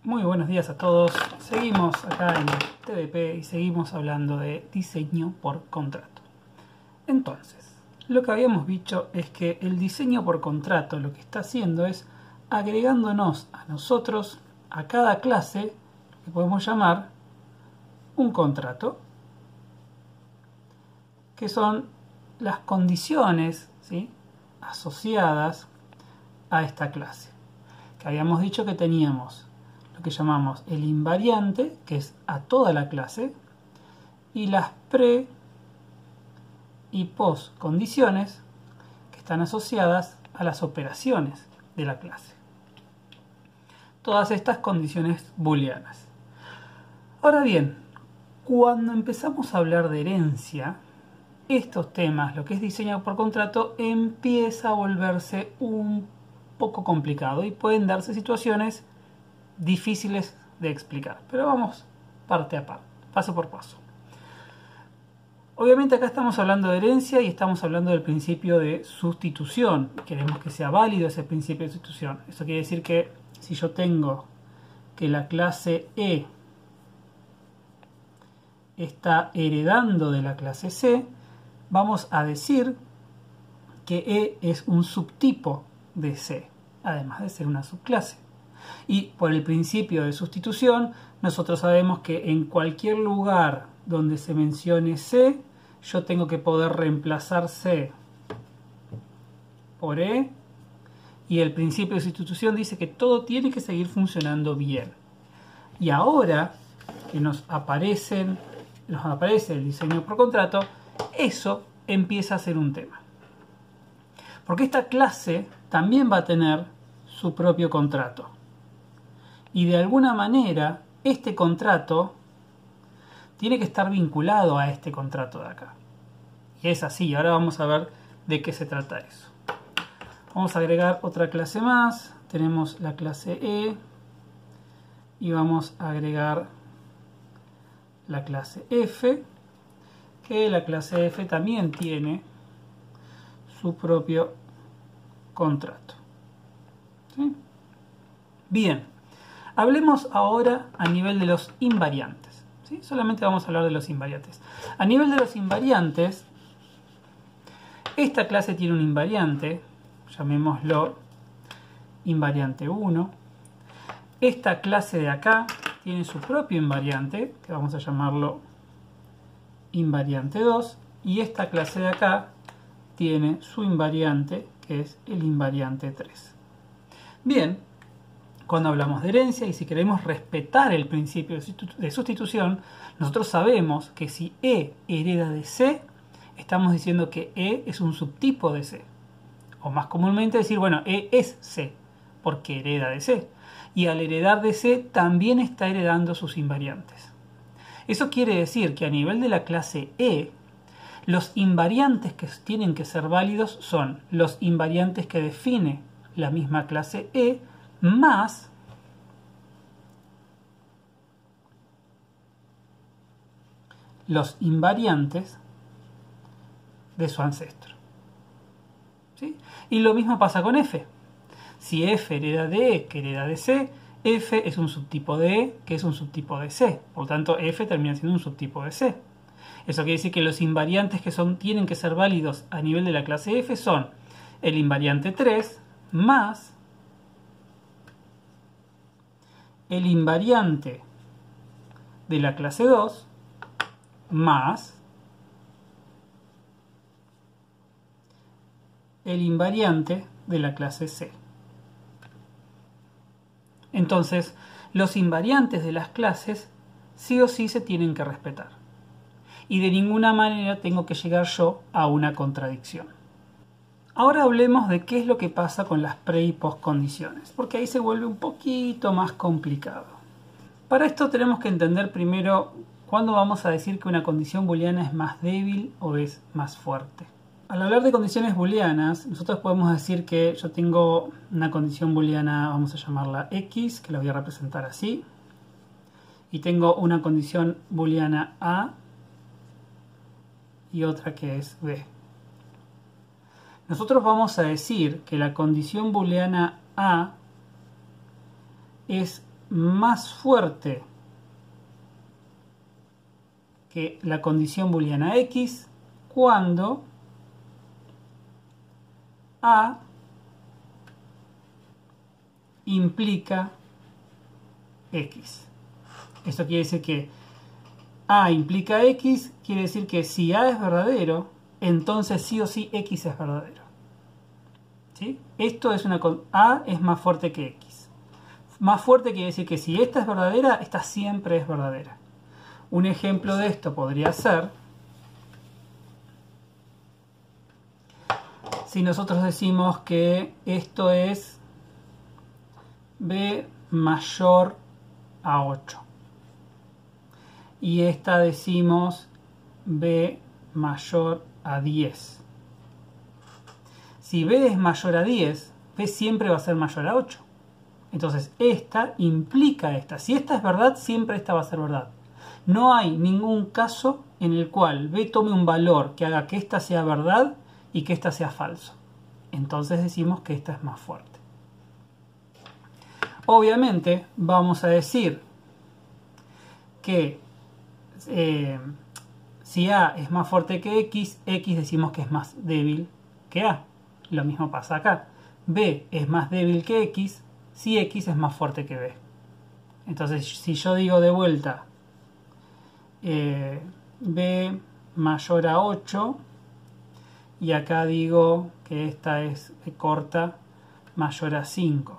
Muy buenos días a todos. Seguimos acá en TDP y seguimos hablando de diseño por contrato. Entonces, lo que habíamos dicho es que el diseño por contrato lo que está haciendo es agregándonos a nosotros, a cada clase, que podemos llamar un contrato, que son las condiciones, ¿sí?, asociadas a esta clase. Que habíamos dicho que teníamos lo que llamamos el invariante, que es a toda la clase, y las pre y post condiciones que están asociadas a las operaciones de la clase. Todas estas condiciones booleanas. Ahora bien, cuando empezamos a hablar de herencia, estos temas, lo que es diseño por contrato, empieza a volverse un poco complicado y pueden darse situaciones difíciles de explicar. Pero vamos parte a parte, paso por paso. Obviamente acá estamos hablando de herencia y estamos hablando del principio de sustitución. Queremos que sea válido ese principio de sustitución. Eso quiere decir que si yo tengo que la clase E está heredando de la clase C, vamos a decir que E es un subtipo de C, además de ser una subclase. Y por el principio de sustitución, nosotros sabemos que en cualquier lugar donde se mencione C, yo tengo que poder reemplazar C por E, y el principio de sustitución dice que todo tiene que seguir funcionando bien. Y ahora que nos aparece el diseño por contrato, eso empieza a ser un tema. Porque esta clase también va a tener su propio contrato. Y de alguna manera, este contrato tiene que estar vinculado a este contrato de acá. Y es así. Ahora vamos a ver de qué se trata eso. Vamos a agregar otra clase más. Tenemos la clase E. Y vamos a agregar la clase F. Que la clase F también tiene su propio contrato. ¿Sí? Bien. Hablemos ahora a nivel de los invariantes. ¿Sí? Solamente vamos a hablar de los invariantes. A nivel de los invariantes, esta clase tiene un invariante, llamémoslo invariante 1. Esta clase de acá tiene su propio invariante, que vamos a llamarlo invariante 2. Y esta clase de acá tiene su invariante, que es el invariante 3. Bien. Cuando hablamos de herencia y si queremos respetar el principio de sustitución, nosotros sabemos que si E hereda de C, estamos diciendo que E es un subtipo de C. O más comúnmente decir, bueno, E es C, porque hereda de C. Y al heredar de C, también está heredando sus invariantes. Eso quiere decir que a nivel de la clase E, los invariantes que tienen que ser válidos son los invariantes que define la misma clase E, más los invariantes de su ancestro. ¿Sí? Y lo mismo pasa con F. Si F hereda de E, que hereda de C, F es un subtipo de E, que es un subtipo de C. Por lo tanto, F termina siendo un subtipo de C. Eso quiere decir que los invariantes que tienen que ser válidos a nivel de la clase F son el invariante 3 más el invariante de la clase 2 más el invariante de la clase C. Entonces, los invariantes de las clases sí o sí se tienen que respetar. Y de ninguna manera tengo que llegar yo a una contradicción. Ahora hablemos de qué es lo que pasa con las pre y post condiciones, porque ahí se vuelve un poquito más complicado. Para esto tenemos que entender primero cuándo vamos a decir que una condición booleana es más débil o es más fuerte. Al hablar de condiciones booleanas, nosotros podemos decir que yo tengo una condición booleana, vamos a llamarla X, que la voy a representar así, y tengo una condición booleana A y otra que es B. Nosotros vamos a decir que la condición booleana A es más fuerte que la condición booleana X cuando A implica X. Esto quiere decir que A implica X, quiere decir que si A es verdadero, entonces sí o sí X es verdadero. ¿Sí? Esto es A es más fuerte que X. Más fuerte quiere decir que si esta es verdadera, esta siempre es verdadera. Un ejemplo de esto podría ser si nosotros decimos que esto es B mayor a 8 y esta decimos B mayor a 10. Si B es mayor a 10, B siempre va a ser mayor a 8. Entonces esta implica esta. Si esta es verdad, siempre esta va a ser verdad. No hay ningún caso en el cual B tome un valor que haga que esta sea verdad y que esta sea falso. Entonces decimos que esta es más fuerte. Obviamente vamos a decir que si A es más fuerte que X, X decimos que es más débil que A. Lo mismo pasa acá. B es más débil que X si X es más fuerte que B. Entonces si yo digo de vuelta B mayor a 8 y acá digo que esta es B corta mayor a 5.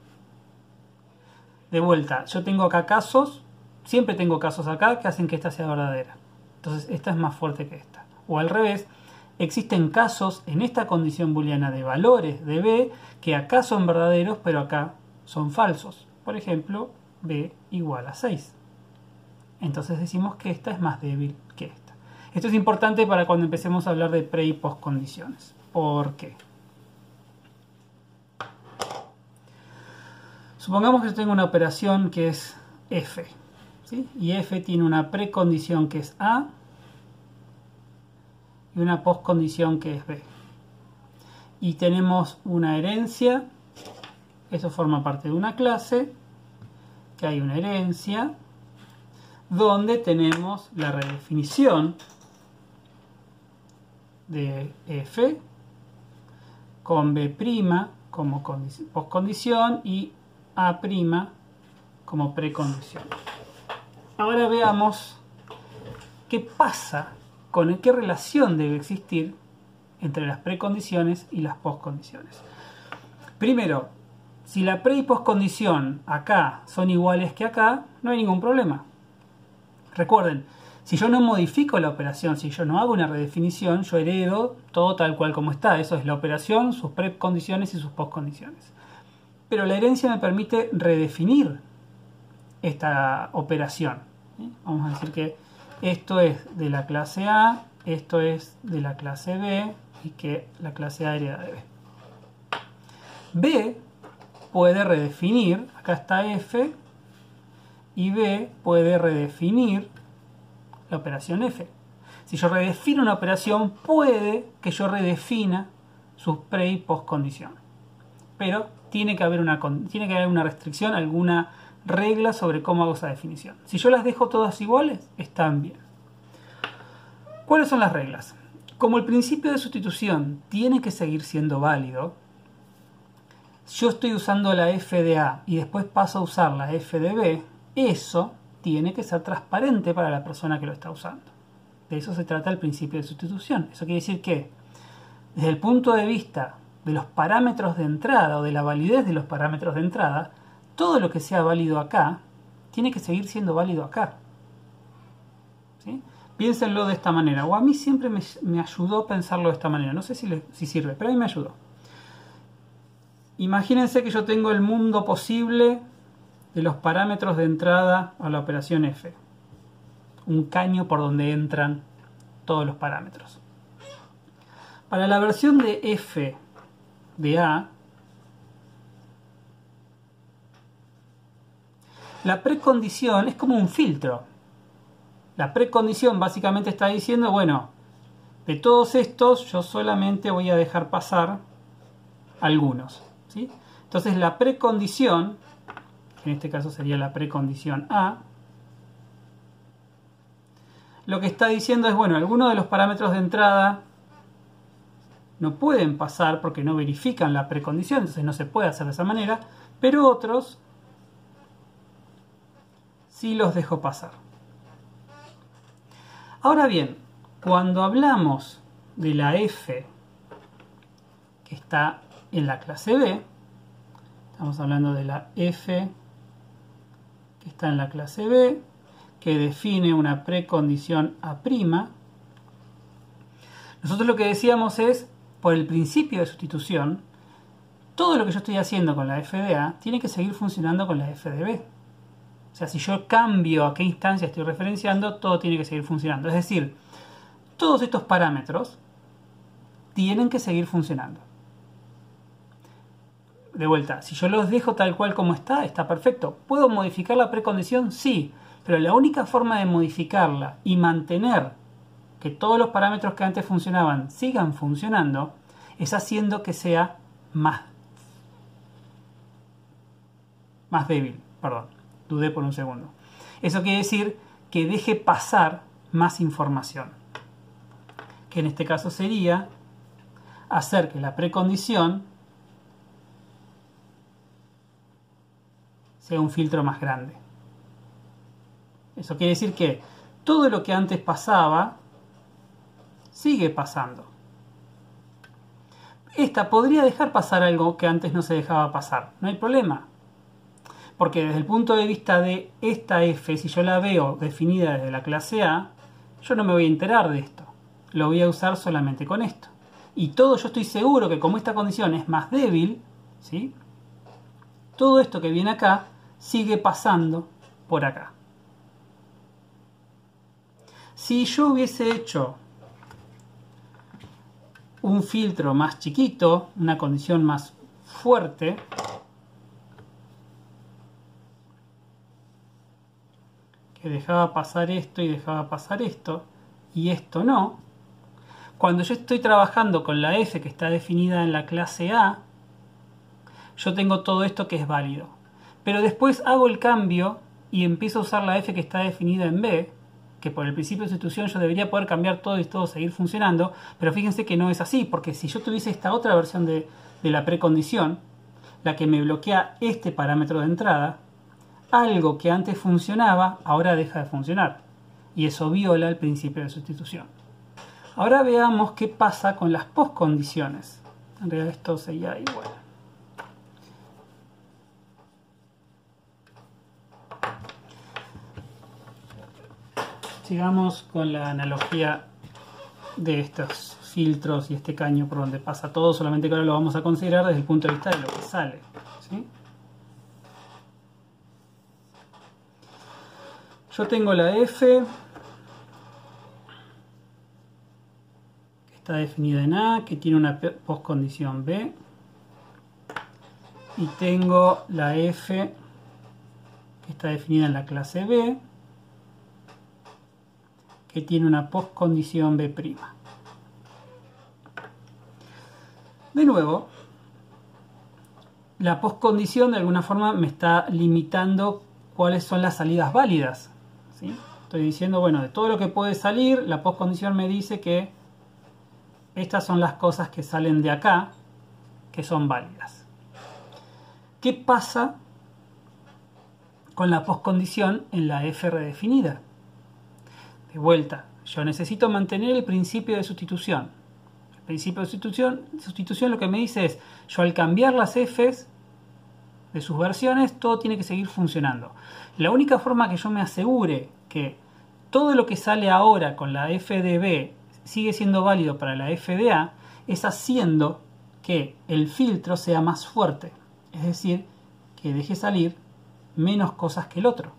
De vuelta, yo tengo acá casos, siempre tengo casos acá que hacen que esta sea verdadera. Entonces esta es más fuerte que esta. O al revés, existen casos en esta condición booleana de valores de B que acá son verdaderos pero acá son falsos. Por ejemplo, B igual a 6. Entonces decimos que esta es más débil que esta. Esto es importante para cuando empecemos a hablar de pre y post condiciones. ¿Por qué? Supongamos que yo tengo una operación que es F, ¿sí? Y F tiene una precondición que es A y una postcondición que es B. Y tenemos una herencia, eso forma parte de una clase, que hay una herencia, donde tenemos la redefinición de F con B' como postcondición y A' como precondición. Ahora veamos qué pasa con qué relación debe existir entre las precondiciones y las postcondiciones. Primero, si la pre y postcondición acá son iguales que acá, no hay ningún problema. Recuerden, si yo no modifico la operación, si yo no hago una redefinición, yo heredo todo tal cual como está. Eso es la operación, sus precondiciones y sus postcondiciones. Pero la herencia me permite redefinir esta operación. ¿Sí? Vamos a decir que esto es de la clase A, esto es de la clase B y que la clase A hereda de B. B puede redefinir, acá está F, y B puede redefinir la operación F. Si yo redefino una operación, puede que yo redefina sus pre y postcondición. Pero tiene que haber una restricción, alguna regla sobre cómo hago esa definición. Si yo las dejo todas iguales, están bien. ¿Cuáles son las reglas? Como el principio de sustitución tiene que seguir siendo válido, yo estoy usando la F de A y después paso a usar la F de B, eso tiene que ser transparente para la persona que lo está usando. De eso se trata el principio de sustitución. Eso quiere decir que, desde el punto de vista de los parámetros de entrada o de la validez de los parámetros de entrada, todo lo que sea válido acá tiene que seguir siendo válido acá. ¿Sí? Piénsenlo de esta manera, o a mí siempre me ayudó pensarlo de esta manera. No sé si sirve, pero a mí me ayudó. Imagínense que yo tengo el mundo posible de los parámetros de entrada a la operación F. Un caño por donde entran todos los parámetros. Para la versión de F de A, la precondición es como un filtro. La precondición básicamente está diciendo, bueno, de todos estos yo solamente voy a dejar pasar algunos. ¿Sí? Entonces la precondición que en este caso sería la precondición A, lo que está diciendo es, bueno, algunos de los parámetros de entrada no pueden pasar porque no verifican la precondición, entonces no se puede hacer de esa manera, pero otros sí los dejo pasar. Ahora bien, cuando hablamos de la f que está en la clase B, estamos hablando de la f que está en la clase B, que define una precondición A'. Nosotros lo que decíamos es, por el principio de sustitución, todo lo que yo estoy haciendo con la f de A tiene que seguir funcionando con la f de B. O sea, si yo cambio a qué instancia estoy referenciando, todo tiene que seguir funcionando. Es decir, todos estos parámetros tienen que seguir funcionando. De vuelta, si yo los dejo tal cual como está perfecto. ¿Puedo modificar la precondición? Sí, pero la única forma de modificarla y mantener que todos los parámetros que antes funcionaban sigan funcionando es haciendo que sea más débil. Perdón, dudé por un segundo. Eso quiere decir que deje pasar más información, que en este caso sería hacer que la precondición sea un filtro más grande. Eso quiere decir que todo lo que antes pasaba sigue pasando. Esta podría dejar pasar algo que antes no se dejaba pasar, no hay problema. Porque desde el punto de vista de esta f, si yo la veo definida desde la clase A, yo no me voy a enterar de esto. Lo voy a usar solamente con esto. Y todo, yo estoy seguro que como esta condición es más débil, ¿sí?, todo esto que viene acá sigue pasando por acá. Si yo hubiese hecho un filtro más chiquito, una condición más fuerte, que dejaba pasar esto y dejaba pasar esto, y esto no, cuando yo estoy trabajando con la f que está definida en la clase A, yo tengo todo esto que es válido. Pero después hago el cambio y empiezo a usar la f que está definida en B, que por el principio de sustitución yo debería poder cambiar todo y todo seguir funcionando, pero fíjense que no es así, porque si yo tuviese esta otra versión de la precondición, la que me bloquea este parámetro de entrada, algo que antes funcionaba ahora deja de funcionar, y eso viola el principio de sustitución. Ahora veamos qué pasa con las postcondiciones. En realidad esto sería igual. Sigamos con la analogía de estos filtros y este caño por donde pasa todo, solamente que ahora lo vamos a considerar desde el punto de vista de lo que sale, ¿sí? Yo tengo la f que está definida en A, que tiene una postcondición B, y tengo la f que está definida en la clase B, que tiene una postcondición B'. De nuevo, la postcondición de alguna forma me está limitando cuáles son las salidas válidas, ¿sí? Estoy diciendo, bueno, de todo lo que puede salir, la postcondición me dice que estas son las cosas que salen de acá, que son válidas. ¿Qué pasa con la postcondición en la f redefinida? De vuelta, yo necesito mantener el principio de sustitución. El principio de sustitución lo que me dice es, yo al cambiar las f's de sus versiones, todo tiene que seguir funcionando. La única forma que yo me asegure que todo lo que sale ahora con la f de B sigue siendo válido para la f de A es haciendo que el filtro sea más fuerte. Es decir, que deje salir menos cosas que el otro.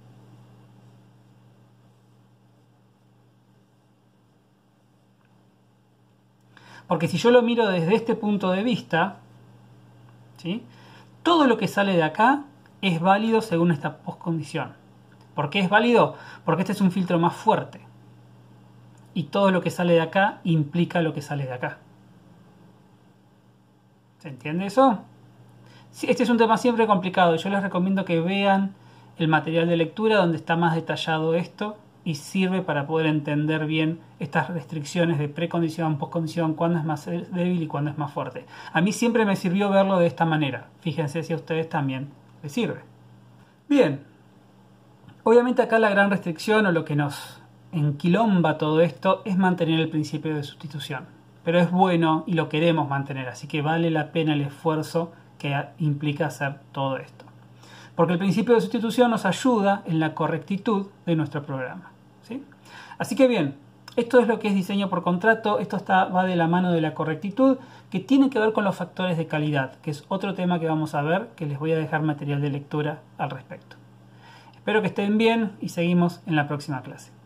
Porque si yo lo miro desde este punto de vista, ¿sí?, todo lo que sale de acá es válido según esta postcondición. ¿Por qué es válido? Porque este es un filtro más fuerte. Y todo lo que sale de acá implica lo que sale de acá. ¿Se entiende eso? Sí, este es un tema siempre complicado. Yo les recomiendo que vean el material de lectura donde está más detallado esto y sirve para poder entender bien estas restricciones de precondición, postcondición, cuándo es más débil y cuándo es más fuerte. A mí siempre me sirvió verlo de esta manera. Fíjense si a ustedes también les sirve. Bien, obviamente acá la gran restricción o lo que nos enquilomba todo esto es mantener el principio de sustitución. Pero es bueno y lo queremos mantener, así que vale la pena el esfuerzo que implica hacer todo esto. Porque el principio de sustitución nos ayuda en la correctitud de nuestro programa, ¿sí? Así que bien, esto es lo que es diseño por contrato. Esto va de la mano de la correctitud, que tiene que ver con los factores de calidad, que es otro tema que vamos a ver, que les voy a dejar material de lectura al respecto. Espero que estén bien y seguimos en la próxima clase.